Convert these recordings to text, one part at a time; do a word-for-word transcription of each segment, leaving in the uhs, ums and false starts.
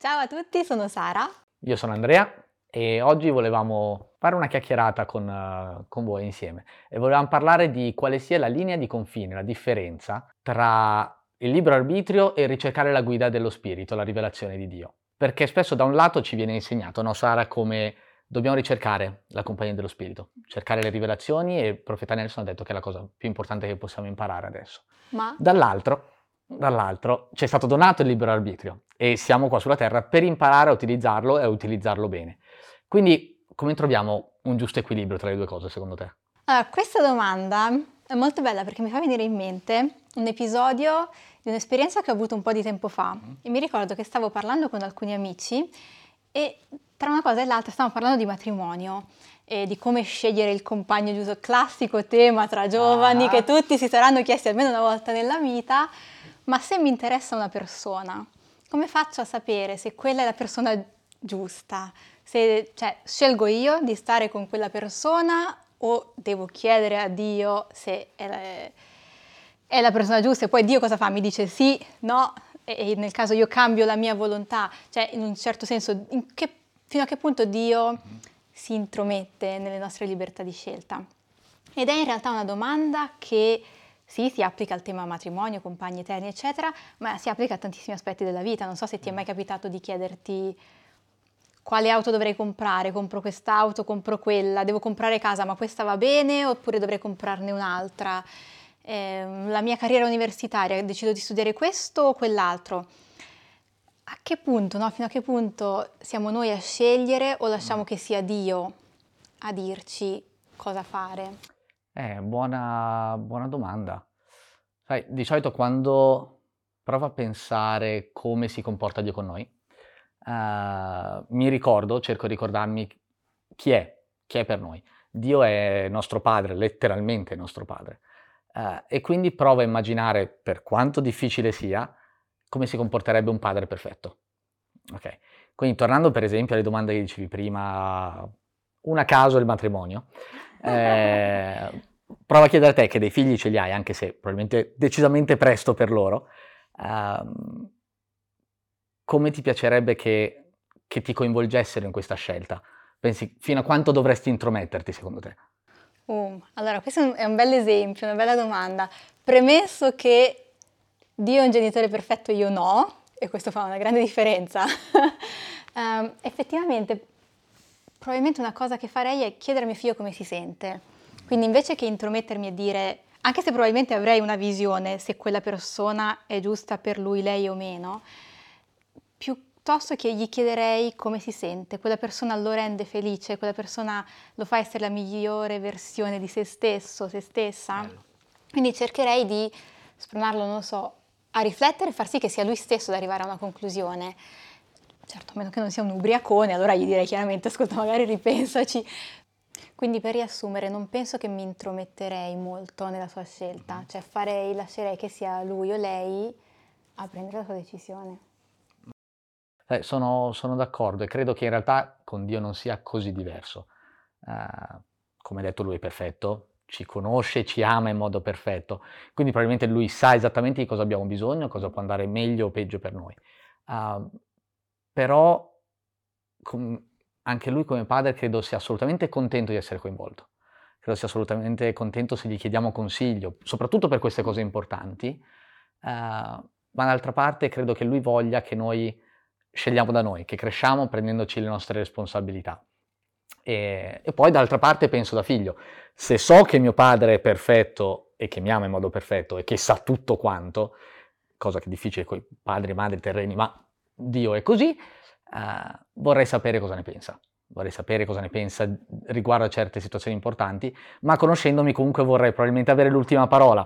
Ciao a tutti, sono Sara. Io sono Andrea e oggi volevamo fare una chiacchierata con, eh, con voi insieme e volevamo parlare di quale sia la linea di confine, la differenza tra il libero arbitrio e il ricercare la guida dello spirito, la rivelazione di Dio. Perché spesso da un lato ci viene insegnato, no Sara, come dobbiamo ricercare la compagnia dello spirito, cercare le rivelazioni, e il profeta Nelson ha detto che è la cosa più importante che possiamo imparare adesso. Ma Dall'altro, dall'altro ci è stato donato il libero arbitrio e siamo qua sulla Terra per imparare a utilizzarlo e a utilizzarlo bene. Quindi come troviamo un giusto equilibrio tra le due cose, secondo te? allora, questa domanda è molto bella perché mi fa venire in mente un episodio di un'esperienza che ho avuto un po' di tempo fa. E mi ricordo che stavo parlando con alcuni amici e tra una cosa e l'altra stavamo parlando di matrimonio e di come scegliere il compagno giusto, classico tema tra giovani Ah. che tutti si saranno chiesti almeno una volta nella vita. Ma se mi interessa una persona, come faccio a sapere se quella è la persona giusta? Se, cioè, scelgo io di stare con quella persona o devo chiedere a Dio se è la, è la persona giusta? E poi Dio cosa fa? Mi dice sì, no? E, e nel caso io cambio la mia volontà? Cioè, in un certo senso, in che, fino a che punto Dio si intromette nelle nostre libertà di scelta? Ed è in realtà una domanda che sì, si applica al tema matrimonio, compagni eterni, eccetera, ma si applica a tantissimi aspetti della vita. Non so se ti è mai capitato di chiederti quale auto dovrei comprare, compro quest'auto, compro quella, devo comprare casa, ma questa va bene oppure dovrei comprarne un'altra? Eh, la mia carriera universitaria, decido di studiare questo o quell'altro? A che punto, no? Fino a che punto siamo noi a scegliere o lasciamo che sia Dio a dirci cosa fare? Eh, buona, buona domanda. Sai, di solito quando provo a pensare come si comporta Dio con noi, eh, mi ricordo, cerco di ricordarmi chi è, chi è per noi. Dio è nostro Padre, letteralmente nostro Padre. Eh, e quindi provo a immaginare, per quanto difficile sia, come si comporterebbe un padre perfetto. Ok, quindi tornando per esempio alle domande che dicevi prima, una caso il matrimonio, eh, prova a chiedere a te che dei figli ce li hai, anche se probabilmente decisamente presto per loro, ehm, come ti piacerebbe che, che ti coinvolgessero in questa scelta? Pensi, fino a quanto dovresti intrometterti secondo te? Uh, allora, questo è un, è un bel esempio, una bella domanda. Premesso che Dio è un genitore perfetto, io no, e questo fa una grande differenza, um, effettivamente probabilmente una cosa che farei è chiedere a mio figlio come si sente. Quindi invece che intromettermi e dire, anche se probabilmente avrei una visione se quella persona è giusta per lui, lei o meno, piuttosto che gli chiederei come si sente, quella persona lo rende felice, quella persona lo fa essere la migliore versione di se stesso, se stessa. Bello. Quindi cercherei di spronarlo, non lo so, a riflettere e far sì che sia lui stesso ad arrivare a una conclusione. Certo, a meno che non sia un ubriacone, allora gli direi chiaramente, ascolta, magari ripensaci. Quindi per riassumere, non penso che mi intrometterei molto nella sua scelta, cioè farei, lascerei che sia lui o lei a prendere la sua decisione. Eh, sono, sono d'accordo e credo che in realtà con Dio non sia così diverso. Eh, come ha detto lui è perfetto, ci conosce, ci ama in modo perfetto, quindi probabilmente lui sa esattamente di cosa abbiamo bisogno, cosa può andare meglio o peggio per noi. Uh, però com- anche lui come padre credo sia assolutamente contento di essere coinvolto, credo sia assolutamente contento se gli chiediamo consiglio, soprattutto per queste cose importanti, uh, ma d'altra parte credo che lui voglia che noi scegliamo da noi, che cresciamo prendendoci le nostre responsabilità. E, e poi d'altra parte penso da figlio, se so che mio padre è perfetto e che mi ama in modo perfetto e che sa tutto quanto, cosa che è difficile con i padri e madri terreni, ma Dio è così, eh, vorrei sapere cosa ne pensa. Vorrei sapere cosa ne pensa riguardo a certe situazioni importanti, ma conoscendomi comunque vorrei probabilmente avere l'ultima parola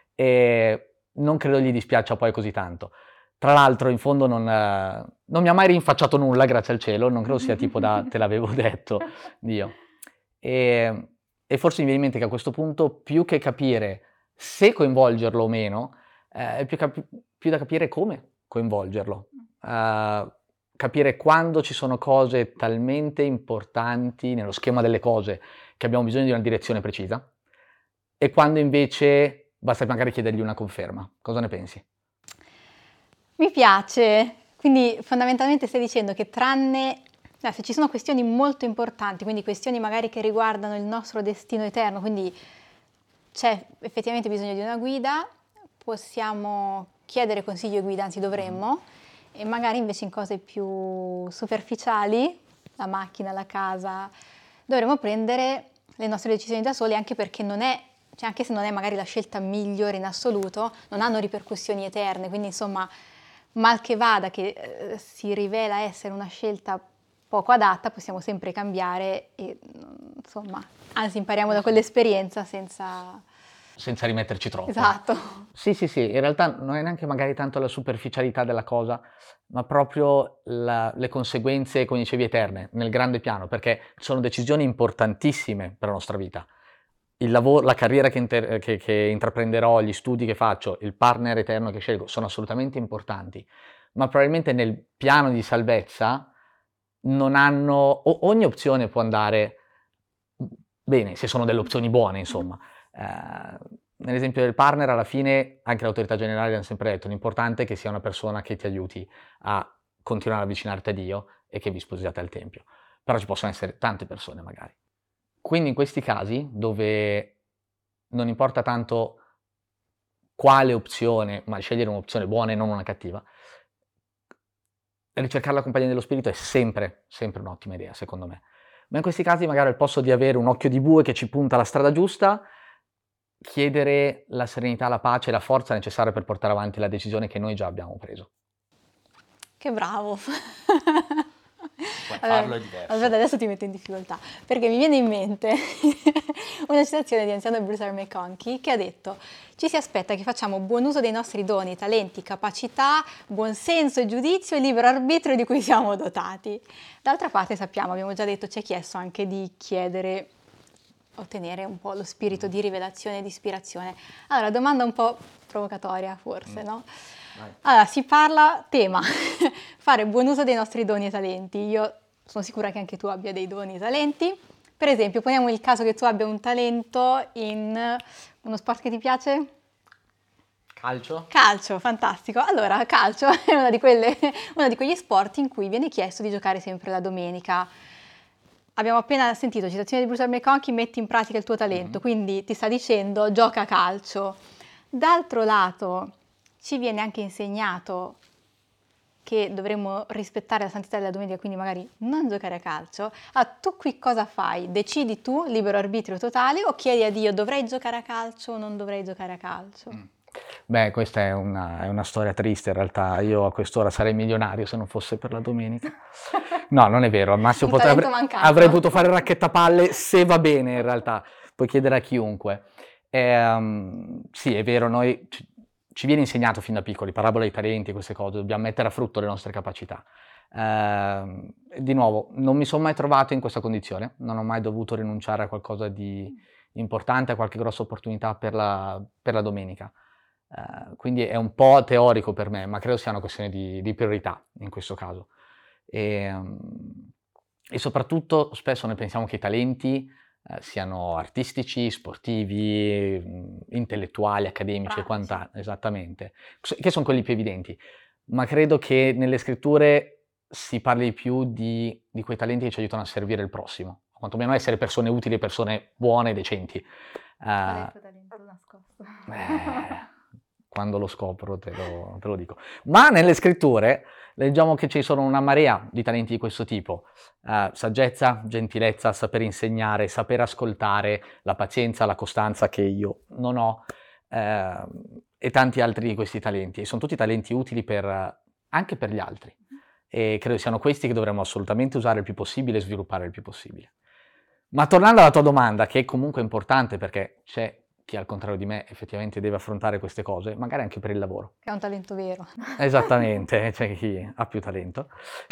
e non credo gli dispiaccia poi così tanto. Tra l'altro, in fondo, non, eh, non mi ha mai rinfacciato nulla, grazie al cielo, non credo sia tipo da te l'avevo detto, Dio. E, e forse mi viene in mente che a questo punto, più che capire se coinvolgerlo o meno, eh, è più, capi- più da capire come coinvolgerlo. Uh, capire quando ci sono cose talmente importanti nello schema delle cose che abbiamo bisogno di una direzione precisa e quando invece basta magari chiedergli una conferma. Cosa ne pensi? Mi piace, Quindi fondamentalmente stai dicendo che tranne, eh, se ci sono questioni molto importanti, quindi questioni magari che riguardano il nostro destino eterno, quindi c'è effettivamente bisogno di una guida, possiamo chiedere consiglio ai guida, anzi dovremmo, e magari invece in cose più superficiali, la macchina, la casa, dovremmo prendere le nostre decisioni da soli, anche perché non è, cioè anche se non è magari la scelta migliore in assoluto, non hanno ripercussioni eterne, quindi insomma, mal che vada, che eh, si rivela essere una scelta poco adatta, possiamo sempre cambiare e insomma, anzi impariamo da quell'esperienza senza... senza rimetterci troppo. Esatto. Sì, sì, sì, in realtà non è neanche magari tanto la superficialità della cosa, ma proprio la, le conseguenze, come dicevi, eterne, nel grande piano, perché sono decisioni importantissime per la nostra vita. Il lavoro, la carriera che, inter- che, che intraprenderò, gli studi che faccio, il partner eterno che scelgo, sono assolutamente importanti, ma probabilmente nel piano di salvezza non hanno, o- ogni opzione può andare bene, se sono delle opzioni buone, insomma. Eh, nell'esempio del partner, alla fine, anche l'autorità generale hanno sempre detto, l'importante è che sia una persona che ti aiuti a continuare ad avvicinarti a Dio e che vi sposiate al Tempio. Però ci possono essere tante persone, magari. Quindi in questi casi, dove non importa tanto quale opzione, ma scegliere un'opzione buona e non una cattiva, ricercare la compagnia dello spirito è sempre, sempre un'ottima idea, secondo me. Ma in questi casi magari al posto di avere un occhio di bue che ci punta alla strada giusta, chiedere la serenità, la pace e la forza necessaria per portare avanti la decisione che noi già abbiamo preso. Che bravo! Poi farlo è diverso. Aspetta, adesso ti metto in difficoltà, perché mi viene in mente una citazione di anziano Bruce R. McConkie che ha detto: ci si aspetta che facciamo buon uso dei nostri doni, talenti, capacità, buon senso e giudizio e libero arbitrio di cui siamo dotati. D'altra parte sappiamo, abbiamo già detto, ci è chiesto anche di chiedere, ottenere un po' lo spirito di rivelazione e di ispirazione. Allora, domanda un po' provocatoria forse, mm. no? Vai. Allora, si parla, tema, fare buon uso dei nostri doni e talenti. Io sono sicura che anche tu abbia dei doni e talenti. Per esempio, poniamo il caso che tu abbia un talento in uno sport che ti piace? Calcio. Calcio, fantastico. Allora, calcio è una di quelle, uno di quegli sport in cui viene chiesto di giocare sempre la domenica. Abbiamo appena sentito, citazione di Bruce R. McConkie, metti in pratica il tuo talento, mm-hmm. quindi ti sta dicendo gioca a calcio. D'altro lato, ci viene anche insegnato che dovremmo rispettare la santità della domenica, quindi magari non giocare a calcio. Ah, tu qui cosa fai? Decidi tu, libero arbitrio totale, o chiedi a Dio dovrei giocare a calcio o non dovrei giocare a calcio? Mm. Beh, questa è una, è una storia triste in realtà. Io a quest'ora sarei milionario se non fosse per la domenica. No, non è vero, al massimo potrei, avrei, avrei potuto fare racchettapalle se va bene in realtà, puoi chiedere a chiunque. Ehm, sì, è vero, noi ci, ci viene insegnato fin da piccoli, parabola dei talenti e queste cose, dobbiamo mettere a frutto le nostre capacità. Ehm, di nuovo, non mi sono mai trovato in questa condizione, non ho mai dovuto rinunciare a qualcosa di importante, a qualche grossa opportunità per la, per la domenica. Uh, quindi è un po' teorico per me, ma credo sia una questione di, di priorità in questo caso. E, um, e soprattutto spesso noi pensiamo che i talenti uh, siano artistici, sportivi, mh, intellettuali, accademici e quant'altro, esattamente, che sono quelli più evidenti. Ma credo che nelle scritture si parli più di, di quei talenti che ci aiutano a servire il prossimo, quantomeno a essere persone utili, persone buone e decenti. Uh, Qual è il tuo talento nascosto? Eh, quando lo scopro te lo, te lo dico. Ma nelle scritture leggiamo che ci sono una marea di talenti di questo tipo. Uh, saggezza, gentilezza, saper insegnare, saper ascoltare, la pazienza, la costanza che io non ho, uh, e tanti altri di questi talenti. E sono tutti talenti utili per, anche per gli altri. E credo siano questi che dovremmo assolutamente usare il più possibile e sviluppare il più possibile. Ma tornando alla tua domanda, che è comunque importante perché c'è chi al contrario di me effettivamente deve affrontare queste cose, magari anche per il lavoro. Che è un talento vero. Esattamente, c'è chi ha più talento.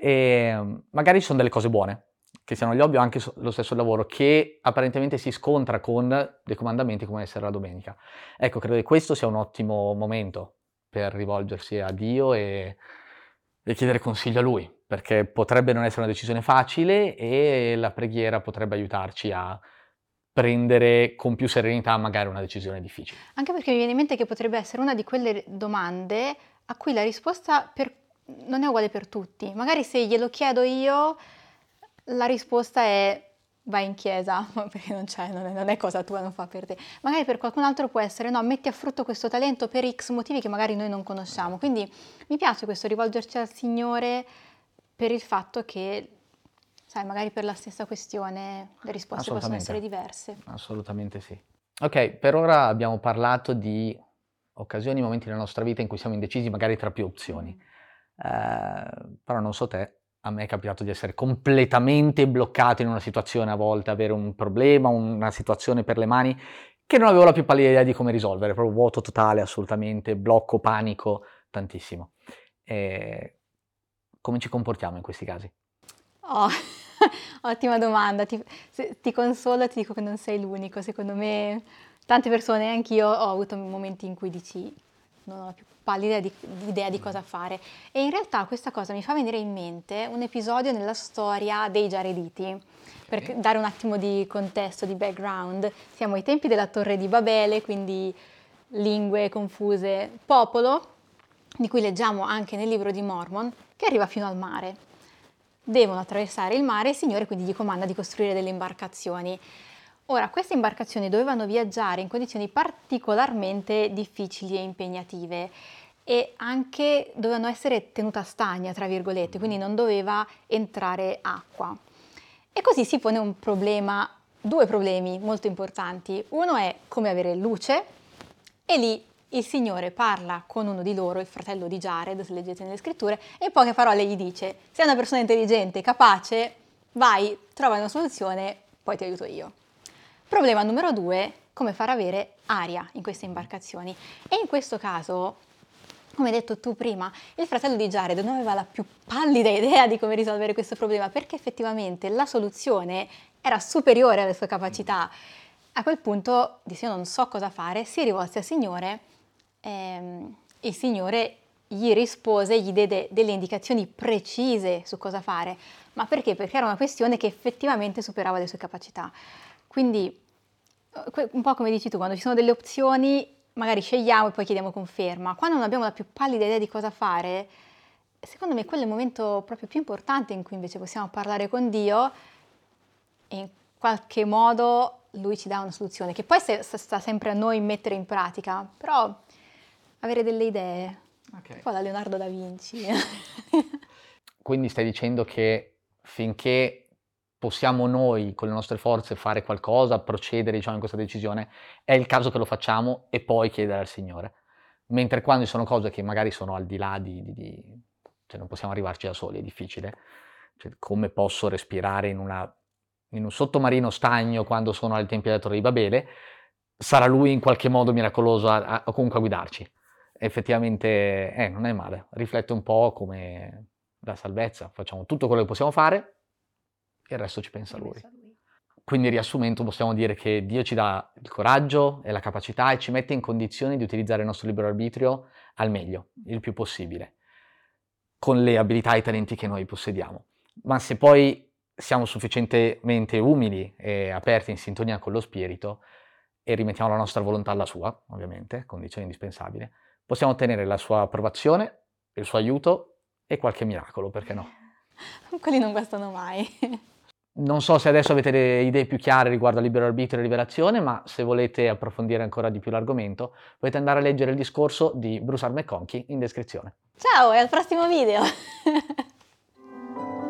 E magari ci sono delle cose buone, che siano gli hobby o anche lo stesso lavoro, che apparentemente si scontra con dei comandamenti come essere la domenica. Ecco, credo che questo sia un ottimo momento per rivolgersi a Dio e, e chiedere consiglio a Lui, perché potrebbe non essere una decisione facile e la preghiera potrebbe aiutarci a prendere con più serenità magari una decisione difficile. Anche perché mi viene in mente che potrebbe essere una di quelle domande a cui la risposta per non è uguale per tutti. Magari se glielo chiedo io, la risposta è vai in chiesa, perché non c'è, non è, non è cosa tua, non fa per te. Magari per qualcun altro può essere no, metti a frutto questo talento per X motivi che magari noi non conosciamo. Quindi mi piace questo rivolgerci al Signore per il fatto che, sai, magari per la stessa questione le risposte possono essere diverse. Assolutamente sì. Ok, per ora abbiamo parlato di occasioni, momenti nella nostra vita in cui siamo indecisi magari tra più opzioni. Mm. Eh, però non so te, a me è capitato di essere completamente bloccato in una situazione a volte, avere un problema, una situazione per le mani che non avevo la più pallida idea di come risolvere, proprio vuoto totale, assolutamente, blocco, panico, tantissimo. E come ci comportiamo in questi casi? Oh, ottima domanda, ti, se, ti consolo e ti dico che non sei l'unico, secondo me tante persone, anch'io ho avuto momenti in cui dici non ho la più pallida di, di idea di cosa fare e in realtà questa cosa mi fa venire in mente un episodio nella storia dei Giarediti, per okay. dare un attimo di contesto, di background. Siamo ai tempi della Torre di Babele, quindi lingue confuse, popolo di cui leggiamo anche nel libro di Mormon, che arriva fino al mare. Devono attraversare il mare e il Signore quindi gli comanda di costruire delle imbarcazioni. Ora, queste imbarcazioni dovevano viaggiare in condizioni particolarmente difficili e impegnative e anche dovevano essere tenute a stagna, tra virgolette, quindi non doveva entrare acqua. E così si pone un problema, due problemi molto importanti. Uno è come avere luce e lì il Signore parla con uno di loro, il fratello di Jared, se leggete nelle scritture, e in poche parole gli dice: sei una persona intelligente, capace, vai, trova una soluzione, poi ti aiuto io. Problema numero due, come far avere aria in queste imbarcazioni. E in questo caso, come hai detto tu prima, il fratello di Jared non aveva la più pallida idea di come risolvere questo problema, perché effettivamente la soluzione era superiore alle sue capacità. A quel punto disse: io non so cosa fare, si rivolse al Signore. Ehm, il Signore gli rispose, gli diede delle indicazioni precise su cosa fare. Ma perché? Perché era una questione che effettivamente superava le sue capacità. Quindi, un po' come dici tu, quando ci sono delle opzioni, magari scegliamo e poi chiediamo conferma. Quando non abbiamo la più pallida idea di cosa fare, secondo me quello è il momento proprio più importante in cui invece possiamo parlare con Dio e in qualche modo Lui ci dà una soluzione, che poi sta sempre a noi mettere in pratica, però avere delle idee, okay. Un po' da Leonardo da Vinci. Quindi stai dicendo che finché possiamo noi con le nostre forze fare qualcosa, procedere diciamo in questa decisione, è il caso che lo facciamo e poi chiedere al Signore. Mentre quando ci sono cose che magari sono al di là di, di, di cioè non possiamo arrivarci da soli, è difficile. Cioè, come posso respirare in, una, in un sottomarino stagno quando sono al Tempio della Torre di Babele, sarà Lui in qualche modo miracoloso a, a, comunque a guidarci. Effettivamente eh, non è male, riflette un po' come la salvezza, facciamo tutto quello che possiamo fare e il resto ci pensa Lui. Quindi riassumendo possiamo dire che Dio ci dà il coraggio e la capacità e ci mette in condizioni di utilizzare il nostro libero arbitrio al meglio, il più possibile, con le abilità e i talenti che noi possediamo. Ma se poi siamo sufficientemente umili e aperti in sintonia con lo Spirito e rimettiamo la nostra volontà alla sua, ovviamente, condizione indispensabile, possiamo ottenere la sua approvazione, il suo aiuto e qualche miracolo, perché no? Quelli non guastano mai. Non so se adesso avete le idee più chiare riguardo al libero arbitrio e liberazione, ma se volete approfondire ancora di più l'argomento, potete andare a leggere il discorso di Bruce R. McConkie in descrizione. Ciao e al prossimo video!